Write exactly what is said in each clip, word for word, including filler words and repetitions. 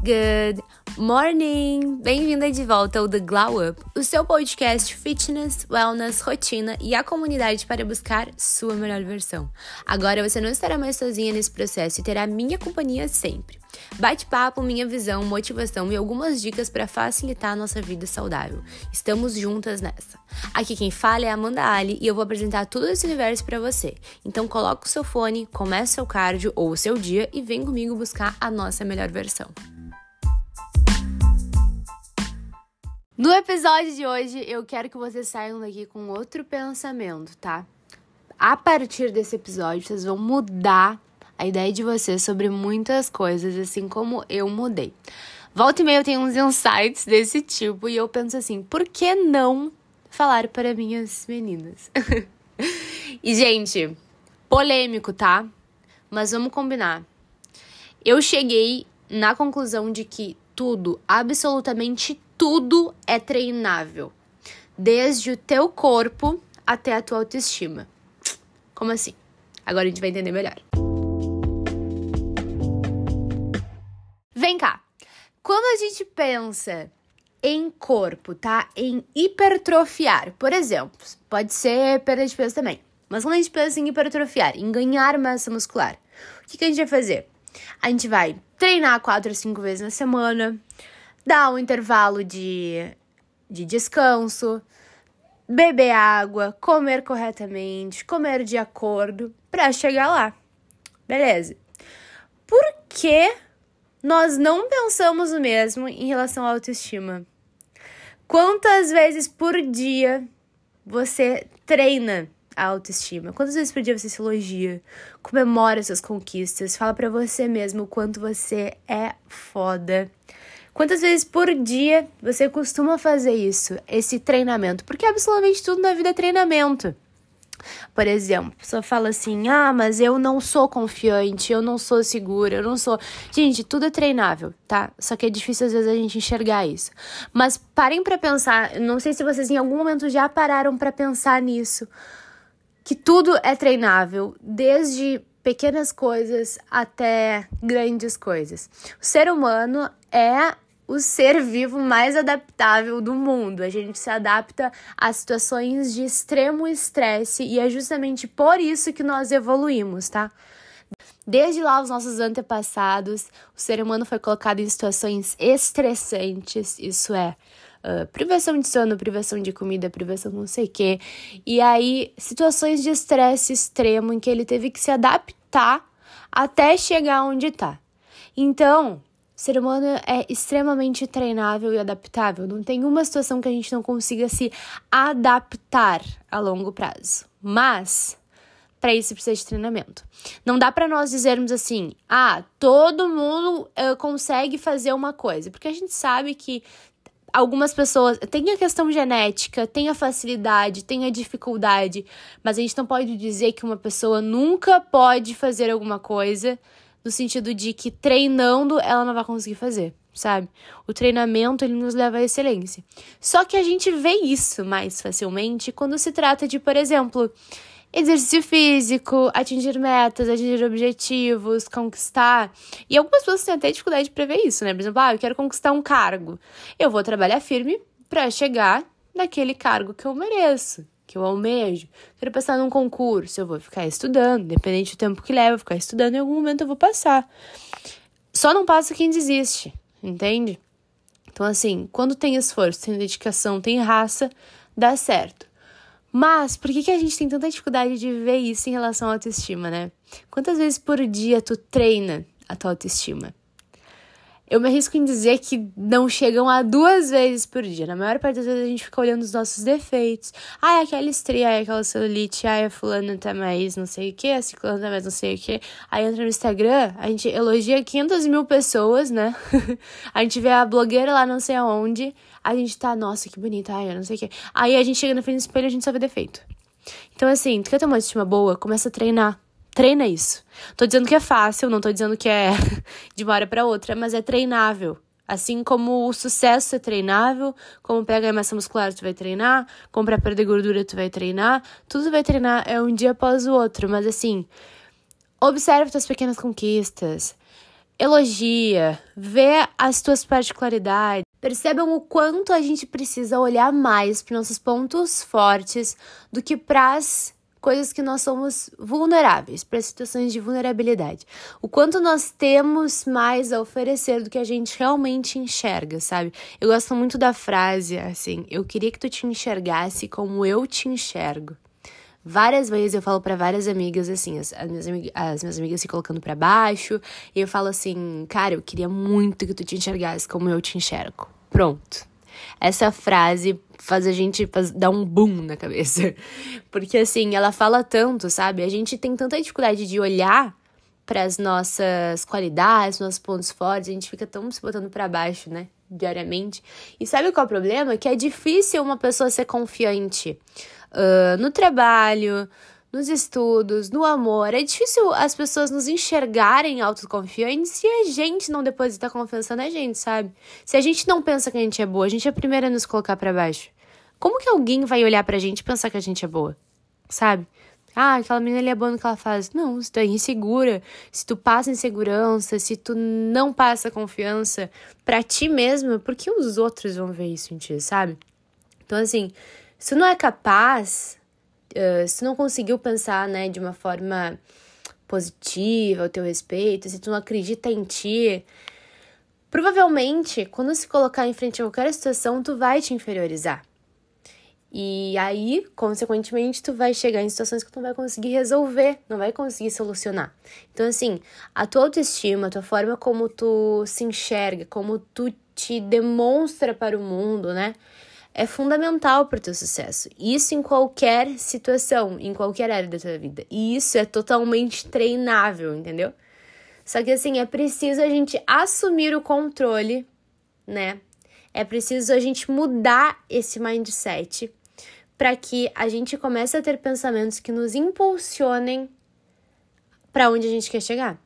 Good morning! Bem-vinda de volta ao The Glow Up, o seu podcast fitness, wellness, rotina e a comunidade para buscar sua melhor versão. Agora você não estará mais sozinha nesse processo e terá minha companhia sempre. Bate-papo, minha visão, motivação e algumas dicas para facilitar a nossa vida saudável. Estamos juntas nessa. Aqui quem fala é a Amanda Ali e eu vou apresentar todo esse universo para você. Então coloca o seu fone, comece seu cardio ou o seu dia e vem comigo buscar a nossa melhor versão. No episódio de hoje, eu quero que vocês saiam daqui com outro pensamento, tá? A partir desse episódio, vocês vão mudar a ideia de vocês sobre muitas coisas, assim como eu mudei. Volta e meia eu tenho uns insights desse tipo e eu penso assim, por que não falar para minhas meninas? E, gente, polêmico, tá? Mas vamos combinar. Eu cheguei na conclusão de que tudo, absolutamente tudo é treinável. Desde o teu corpo até a tua autoestima. Como assim? Agora a gente vai entender melhor. Vem cá. Quando a gente pensa em corpo, tá? Em hipertrofiar, por exemplo, pode ser perda de peso também. Mas quando a gente pensa em hipertrofiar, em ganhar massa muscular, o que, que a gente vai fazer? A gente vai treinar quatro a cinco vezes na semana, dar um intervalo de, de descanso, beber água, comer corretamente, comer de acordo para chegar lá. Beleza? Por que nós não pensamos o mesmo em relação à autoestima? Quantas vezes por dia você treina a autoestima? Quantas vezes por dia você se elogia, comemora suas conquistas, fala pra você mesmo o quanto você é foda? Quantas vezes por dia você costuma fazer isso, esse treinamento? Porque absolutamente tudo na vida é treinamento. Por exemplo, a pessoa fala assim, ah, mas eu não sou confiante, eu não sou segura, eu não sou... Gente, tudo é treinável, tá? Só que é difícil às vezes a gente enxergar isso. Mas parem pra pensar, não sei se vocês em algum momento já pararam pra pensar nisso, que tudo é treinável, desde pequenas coisas até grandes coisas. O ser humano é o ser vivo mais adaptável do mundo. A gente se adapta a situações de extremo estresse e é justamente por isso que nós evoluímos, tá? Desde lá, os nossos antepassados, o ser humano foi colocado em situações estressantes, isso é, uh, privação de sono, privação de comida, privação não sei o quê. E aí, situações de estresse extremo em que ele teve que se adaptar até chegar onde tá. Então, o ser humano é extremamente treinável e adaptável. Não tem uma situação que a gente não consiga se adaptar a longo prazo. Mas, para isso precisa de treinamento. Não dá para nós dizermos assim, ah, todo mundo uh, consegue fazer uma coisa. Porque a gente sabe que algumas pessoas... Tem a questão genética, tem a facilidade, tem a dificuldade. Mas a gente não pode dizer que uma pessoa nunca pode fazer alguma coisa no sentido de que treinando ela não vai conseguir fazer, sabe? O treinamento, ele nos leva à excelência. Só que a gente vê isso mais facilmente quando se trata de, por exemplo, exercício físico, atingir metas, atingir objetivos, conquistar. E algumas pessoas têm até dificuldade de prever isso, né? Por exemplo, ah, eu quero conquistar um cargo. Eu vou trabalhar firme para chegar naquele cargo que eu mereço, que eu almejo. Quero passar num concurso, eu vou ficar estudando, independente do tempo que leva, eu vou ficar estudando, em algum momento eu vou passar. Só não passa quem desiste, entende? Então, assim, quando tem esforço, tem dedicação, tem raça, dá certo. Mas, por que, que a gente tem tanta dificuldade de ver isso em relação à autoestima, né? Quantas vezes por dia tu treina a tua autoestima? Eu me arrisco em dizer que não chegam a duas vezes por dia. Na maior parte das vezes a gente fica olhando os nossos defeitos. Ai, aquela estria, ai, aquela celulite, ai, a fulana tá mais não sei o que, a ciclana tá mais não sei o que. Aí entra no Instagram, a gente elogia quinhentas mil pessoas, né? A gente vê a blogueira lá não sei aonde, a gente tá, nossa, que bonita, ai, eu não sei o que. Aí a gente chega na frente do espelho e a gente só vê defeito. Então, assim, tu quer ter uma autoestima boa? Começa a treinar. Treina isso. Tô dizendo que é fácil, não tô dizendo que é de uma hora pra outra, mas é treinável. Assim como o sucesso é treinável, como pegar a massa muscular tu vai treinar, como pra perder gordura tu vai treinar, tudo vai treinar, é um dia após o outro. Mas assim, observe tuas pequenas conquistas. Elogia, vê as tuas particularidades. Percebam o quanto a gente precisa olhar mais para nossos pontos fortes do que para as coisas que nós somos vulneráveis, para situações de vulnerabilidade. O quanto nós temos mais a oferecer do que a gente realmente enxerga, sabe? Eu gosto muito da frase, assim, eu queria que tu te enxergasse como eu te enxergo. Várias vezes eu falo pra várias amigas, assim, as, as, minhas, amigas, as minhas amigas se colocando pra baixo, e eu falo assim, cara, eu queria muito que tu te enxergasse como eu te enxergo. Pronto. Essa frase faz a gente faz, dar um boom na cabeça. Porque, assim, ela fala tanto, sabe? A gente tem tanta dificuldade de olhar pras nossas qualidades, nossos pontos fortes, a gente fica tão se botando pra baixo, né? Diariamente. E sabe qual é o problema? Que é difícil uma pessoa ser confiante uh, no trabalho, nos estudos, no amor. É difícil as pessoas nos enxergarem autoconfiantes se a gente não deposita confiança na gente, sabe? Se a gente não pensa que a gente é boa, a gente é a primeira a nos colocar pra baixo. Como que alguém vai olhar pra gente e pensar que a gente é boa? Sabe? Ah, aquela menina ali é boa no que ela faz. Não, se tu é insegura, se tu passa insegurança, se tu não passa confiança pra ti mesma, por que os outros vão ver isso em ti, sabe? Então, assim, se tu não é capaz, uh, se tu não conseguiu pensar, né, de uma forma positiva ao teu respeito, se tu não acredita em ti, provavelmente, quando se colocar em frente a qualquer situação, tu vai te inferiorizar. E aí, consequentemente, tu vai chegar em situações que tu não vai conseguir resolver, não vai conseguir solucionar. Então, assim, a tua autoestima, a tua forma como tu se enxerga, como tu te demonstra para o mundo, né? É fundamental para o teu sucesso. Isso em qualquer situação, em qualquer área da tua vida. E isso é totalmente treinável, entendeu? Só que, assim, é preciso a gente assumir o controle, né? É preciso a gente mudar esse mindset para que a gente comece a ter pensamentos que nos impulsionem para onde a gente quer chegar.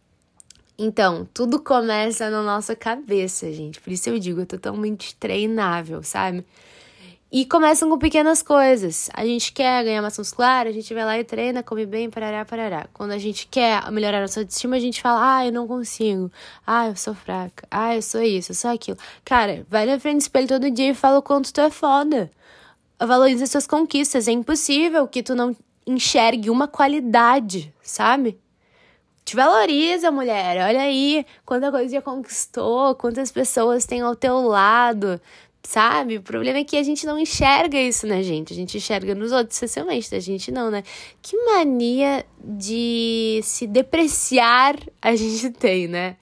Então, tudo começa na nossa cabeça, gente. Por isso eu digo, é totalmente treinável, sabe? E começam com pequenas coisas. A gente quer ganhar massa muscular, a gente vai lá e treina, come bem, parará, parará. Quando a gente quer melhorar a nossa autoestima, a gente fala, ah, eu não consigo. Ah, eu sou fraca. Ah, eu sou isso, eu sou aquilo. Cara, vai na frente do espelho todo dia e fala o quanto tu é foda. Valoriza as suas conquistas. É impossível que tu não enxergue uma qualidade, sabe? Te valoriza, mulher. Olha aí quanta coisa já conquistou, quantas pessoas tem ao teu lado, sabe? O problema é que a gente não enxerga isso na gente. A gente enxerga nos outros, especialmente. A gente não, né? Que mania de se depreciar a gente tem, né?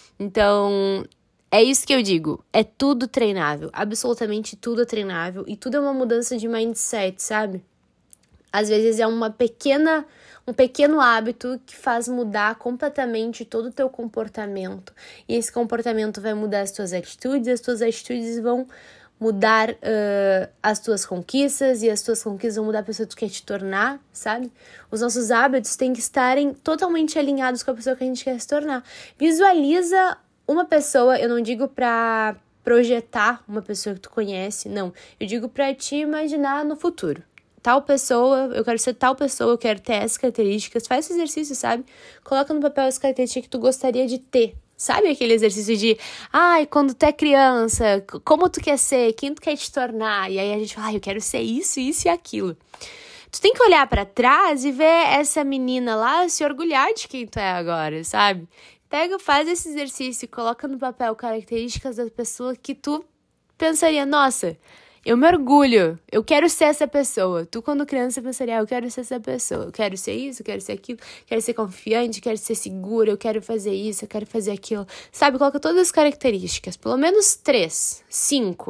Então, é isso que eu digo. É tudo treinável. Absolutamente tudo é treinável. E tudo é uma mudança de mindset, sabe? Às vezes é uma pequena... um pequeno hábito que faz mudar completamente todo o teu comportamento. E esse comportamento vai mudar as tuas atitudes, as tuas atitudes vão mudar uh, as tuas conquistas, e as tuas conquistas vão mudar a pessoa que tu quer te tornar, sabe? Os nossos hábitos têm que estarem totalmente alinhados com a pessoa que a gente quer se tornar. Visualiza uma pessoa, eu não digo pra projetar uma pessoa que tu conhece, não. Eu digo pra te imaginar no futuro. Tal pessoa, eu quero ser tal pessoa, eu quero ter essas características. Faz esse exercício, sabe? Coloca no papel as características que tu gostaria de ter. Sabe aquele exercício de, ai, quando tu é criança, como tu quer ser, quem tu quer te tornar? E aí a gente fala, ai, eu quero ser isso, isso e aquilo. Tu tem que olhar pra trás e ver essa menina lá se orgulhar de quem tu é agora, sabe? Pega, faz esse exercício, coloca no papel características da pessoa que tu pensaria, nossa... eu me orgulho, eu quero ser essa pessoa. Tu, quando criança, pensaria, ah, eu quero ser essa pessoa. Eu quero ser isso, eu quero ser aquilo, quero ser confiante, quero ser segura, eu quero fazer isso, eu quero fazer aquilo. Sabe, coloca todas as características, pelo menos três, cinco.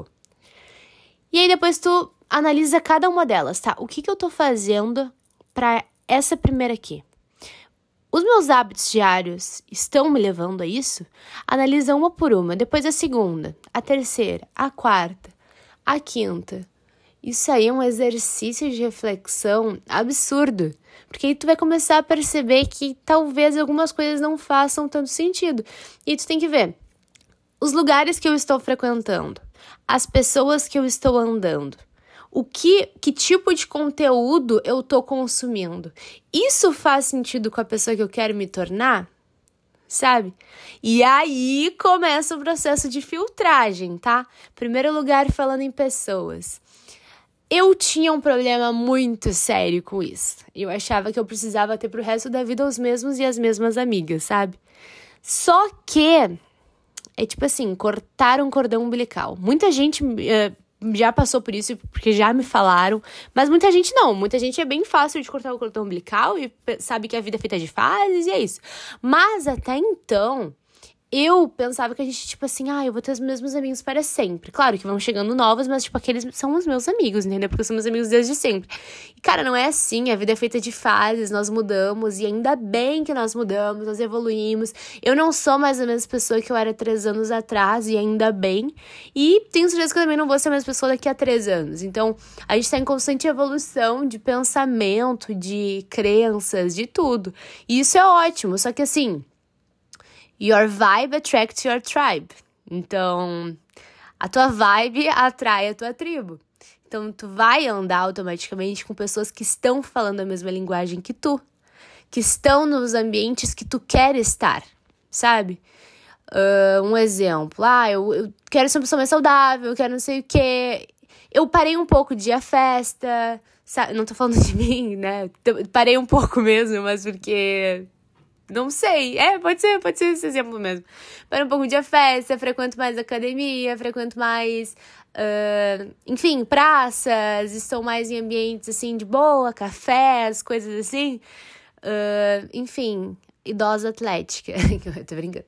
E aí depois tu analisa cada uma delas, tá? O que que eu tô fazendo pra essa primeira aqui? Os meus hábitos diários estão me levando a isso? Analisa uma por uma, depois a segunda, a terceira, a quarta. A quinta, isso aí é um exercício de reflexão absurdo, porque aí tu vai começar a perceber que talvez algumas coisas não façam tanto sentido. E tu tem que ver os lugares que eu estou frequentando, as pessoas que eu estou andando, o que, que tipo de conteúdo eu estou consumindo. Isso faz sentido com a pessoa que eu quero me tornar? sabe? E aí começa o processo de filtragem, tá? Primeiro lugar, falando em pessoas. Eu tinha um problema muito sério com isso. Eu achava que eu precisava ter pro resto da vida os mesmos e as mesmas amigas, sabe? Só que é tipo assim, cortar um cordão umbilical. Muita gente uh, já passou por isso, porque já me falaram, mas muita gente não. Muita gente é bem fácil de cortar o cordão umbilical e sabe que a vida é feita de fases e é isso. Mas até então, eu pensava que a gente, tipo assim, ah, eu vou ter os mesmos amigos para sempre. Claro que vão chegando novos, mas, tipo, aqueles são os meus amigos, entendeu? Porque são meus amigos desde sempre. E, cara, não é assim. A vida é feita de fases, nós mudamos. E ainda bem que nós mudamos, nós evoluímos. Eu não sou mais a mesma pessoa que eu era três anos atrás, e ainda bem. E tenho certeza que eu também não vou ser a mesma pessoa daqui a três anos. Então, a gente tá em constante evolução de pensamento, de crenças, de tudo. E isso é ótimo. Só que, assim, your vibe attracts your tribe. Então, a tua vibe atrai a tua tribo. Então, tu vai andar automaticamente com pessoas que estão falando a mesma linguagem que tu. Que estão nos ambientes que tu quer estar, sabe? Uh, um exemplo. Ah, eu, eu quero ser uma pessoa mais saudável, eu quero não sei o quê. Eu parei um pouco de ir à festa. Sabe? Não tô falando de mim, né? Parei um pouco mesmo, mas porque... Não sei, é, pode ser, pode ser esse exemplo mesmo. Para um pouco de festa, frequento mais academia, frequento mais, uh, enfim, praças, estou mais em ambientes, assim, de boa, cafés, coisas assim. Uh, enfim, idosa atlética, eu tô brincando.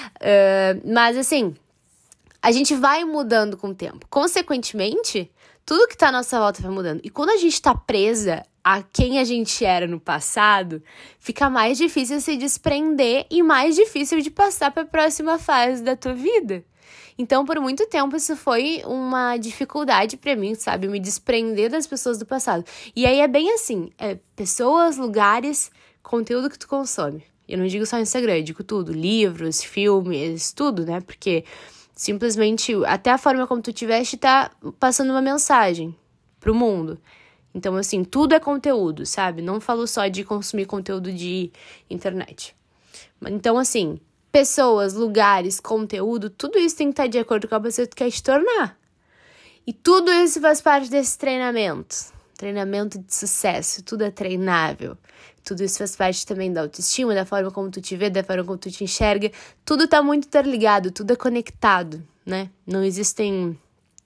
Uh, mas, assim, a gente vai mudando com o tempo. Consequentemente, tudo que tá à nossa volta vai mudando. E quando a gente tá presa a quem a gente era no passado, fica mais difícil se desprender e mais difícil de passar para a próxima fase da tua vida. Então, por muito tempo, isso foi uma dificuldade para mim, sabe? Me desprender das pessoas do passado. E aí é bem assim, é pessoas, lugares, conteúdo que tu consome. Eu não digo só Instagram, eu digo tudo. Livros, filmes, tudo, né? Porque simplesmente, até a forma como tu te veste tá passando uma mensagem pro mundo. Então, assim, tudo é conteúdo, sabe? Não falo só de consumir conteúdo de internet. Então, assim, pessoas, lugares, conteúdo, tudo isso tem que estar de acordo com a pessoa que tu quer te tornar. E tudo isso faz parte desse treinamento. Treinamento de sucesso, tudo é treinável. Tudo isso faz parte também da autoestima, da forma como tu te vê, da forma como tu te enxerga. Tudo tá muito interligado, tudo é conectado, né? Não existem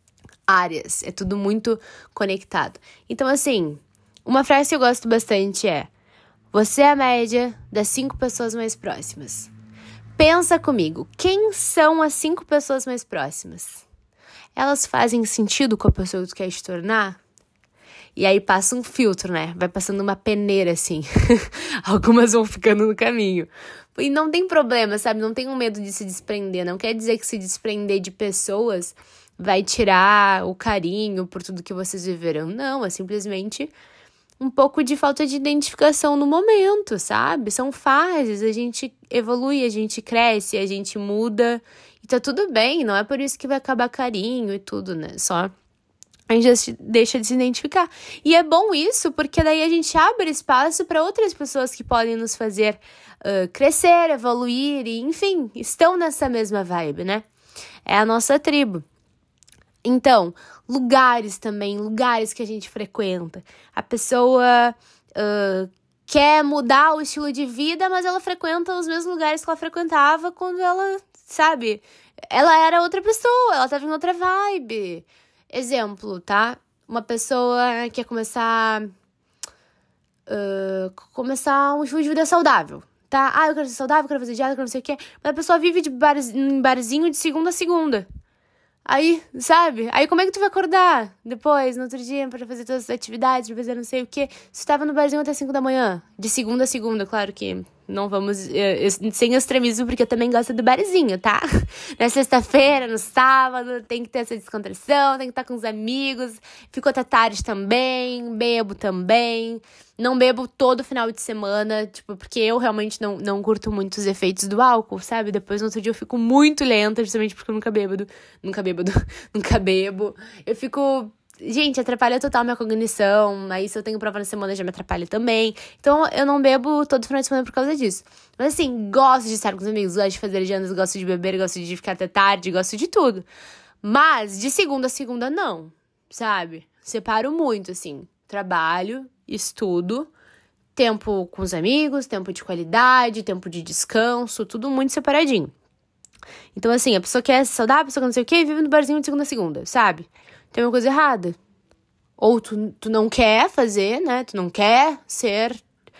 áreas, é tudo muito conectado. Então, assim, uma frase que eu gosto bastante é: você é a média das cinco pessoas mais próximas. Pensa comigo, quem são as cinco pessoas mais próximas? Elas fazem sentido com a pessoa que tu quer te tornar? E aí passa um filtro, né? Vai passando uma peneira, assim. Algumas vão ficando no caminho. E não tem problema, sabe? Não tenham medo de se desprender. Não quer dizer que se desprender de pessoas vai tirar o carinho por tudo que vocês viveram. Não, é simplesmente um pouco de falta de identificação no momento, sabe? São fases, a gente evolui, a gente cresce, a gente muda. E tá tudo bem, não é por isso que vai acabar carinho e tudo, né? Só a gente deixa de se identificar. E é bom isso, porque daí a gente abre espaço para outras pessoas que podem nos fazer uh, crescer, evoluir e, enfim, estão nessa mesma vibe, né? É a nossa tribo. Então, lugares também, lugares que a gente frequenta. A pessoa uh, quer mudar o estilo de vida, mas ela frequenta os mesmos lugares que ela frequentava quando ela, sabe? Ela era outra pessoa, ela tava em outra vibe. Exemplo, tá? Uma pessoa quer começar, uh, começar um estilo de vida saudável, tá? Ah, eu quero ser saudável, eu quero fazer dieta, eu quero não sei o quê. Mas a pessoa vive de bar, em barzinho de segunda a segunda. Aí, sabe? Aí como é que tu vai acordar depois, no outro dia, pra fazer todas as atividades, pra fazer não sei o quê? Se tu tava no barzinho até cinco da manhã, de segunda a segunda, claro que não vamos eh, sem extremismo, porque eu também gosto do barzinho, tá? Na sexta-feira, no sábado, tem que ter essa descontração, tem que estar com os amigos, fico até tarde também, bebo também. Não bebo todo final de semana, tipo, porque eu realmente não, não curto muito os efeitos do álcool, sabe? Depois, no outro dia, eu fico muito lenta, justamente porque eu nunca bebo, nunca bebo, nunca bebo. Eu fico gente, atrapalha total minha cognição. Aí se eu tenho prova na semana já me atrapalha também. Então eu não bebo todo final de semana por causa disso. Mas assim, gosto de estar com os amigos, gosto de fazer jantas, gosto de beber, gosto de ficar até tarde, gosto de tudo. Mas de segunda a segunda não, sabe? Separo muito, assim, trabalho, estudo, tempo com os amigos, tempo de qualidade, tempo de descanso, tudo muito separadinho. Então, assim, a pessoa quer se saudável, a pessoa quer não sei o quê, vive no barzinho de segunda a segunda, sabe? Tem uma coisa errada. Ou tu, tu não quer fazer, né? Tu não quer ser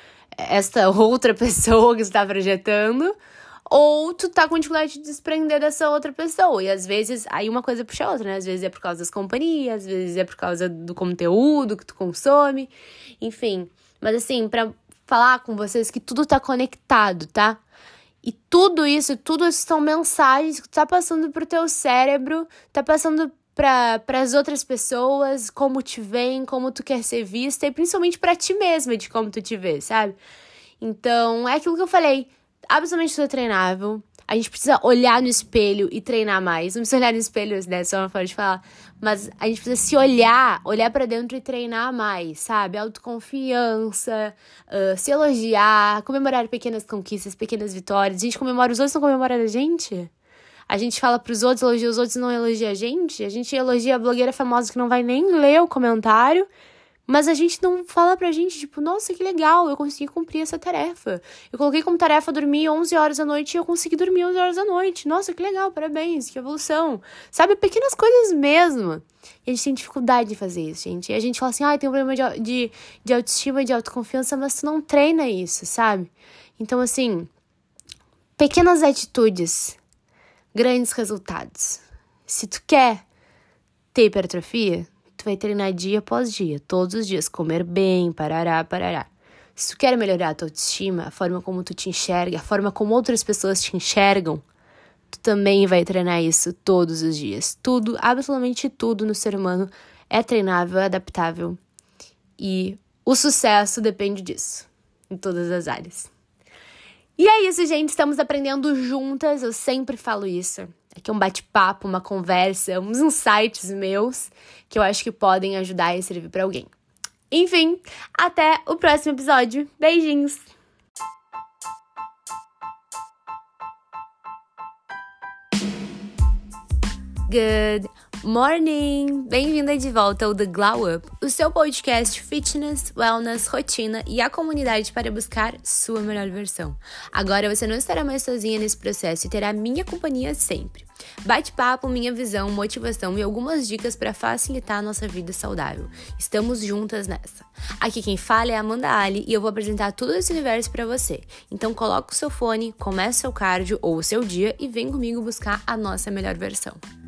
essa outra pessoa que você tá projetando, ou tu tá com dificuldade de desprender dessa outra pessoa. E às vezes, aí uma coisa puxa a outra, né? Às vezes é por causa das companhias, às vezes é por causa do conteúdo que tu consome, enfim. Mas assim, pra falar com vocês que tudo tá conectado, tá? E tudo isso, tudo isso são mensagens que tu tá passando pro teu cérebro, tá passando para as outras pessoas, como te veem, como tu quer ser vista, e principalmente pra ti mesma, de como tu te vê, sabe? Então, é aquilo que eu falei, absolutamente tudo é treinável. A gente precisa olhar no espelho e treinar mais. Não precisa olhar no espelho, né? Só uma forma de falar. Mas a gente precisa se olhar, olhar pra dentro e treinar mais, sabe? Autoconfiança, uh, se elogiar, comemorar pequenas conquistas, pequenas vitórias. A gente comemora os outros, não comemora a gente? A gente fala pros outros, elogia os outros e não elogia a gente? A gente elogia a blogueira famosa que não vai nem ler o comentário, mas a gente não fala pra gente, tipo, nossa, que legal, eu consegui cumprir essa tarefa. Eu coloquei como tarefa dormir onze horas da noite e eu consegui dormir onze horas da noite. Nossa, que legal, parabéns, que evolução. Sabe, pequenas coisas mesmo. E a gente tem dificuldade de fazer isso, gente. E a gente fala assim, ah, tem um problema de, de, de autoestima, de autoconfiança, mas tu não treina isso, sabe? Então, assim, pequenas atitudes, grandes resultados. Se tu quer ter hipertrofia, tu vai treinar dia após dia, todos os dias, comer bem, parará, parará. Se tu quer melhorar a tua autoestima, a forma como tu te enxerga, a forma como outras pessoas te enxergam, tu também vai treinar isso todos os dias. Tudo, absolutamente tudo no ser humano é treinável, é adaptável. E o sucesso depende disso, em todas as áreas. E é isso, gente. Estamos aprendendo juntas. Eu sempre falo isso. Aqui é um bate-papo, uma conversa, uns insights meus que eu acho que podem ajudar e servir pra alguém. Enfim, até o próximo episódio. Beijinhos! Good morning! Bem-vinda de volta ao The Glow Up, o seu podcast fitness, wellness, rotina e a comunidade para buscar sua melhor versão. Agora você não estará mais sozinha nesse processo e terá minha companhia sempre. Bate-papo, minha visão, motivação e algumas dicas para facilitar a nossa vida saudável. Estamos juntas nessa. Aqui quem fala é a Amanda Ali e eu vou apresentar todo esse universo para você. Então coloca o seu fone, comece seu cardio ou o seu dia e vem comigo buscar a nossa melhor versão.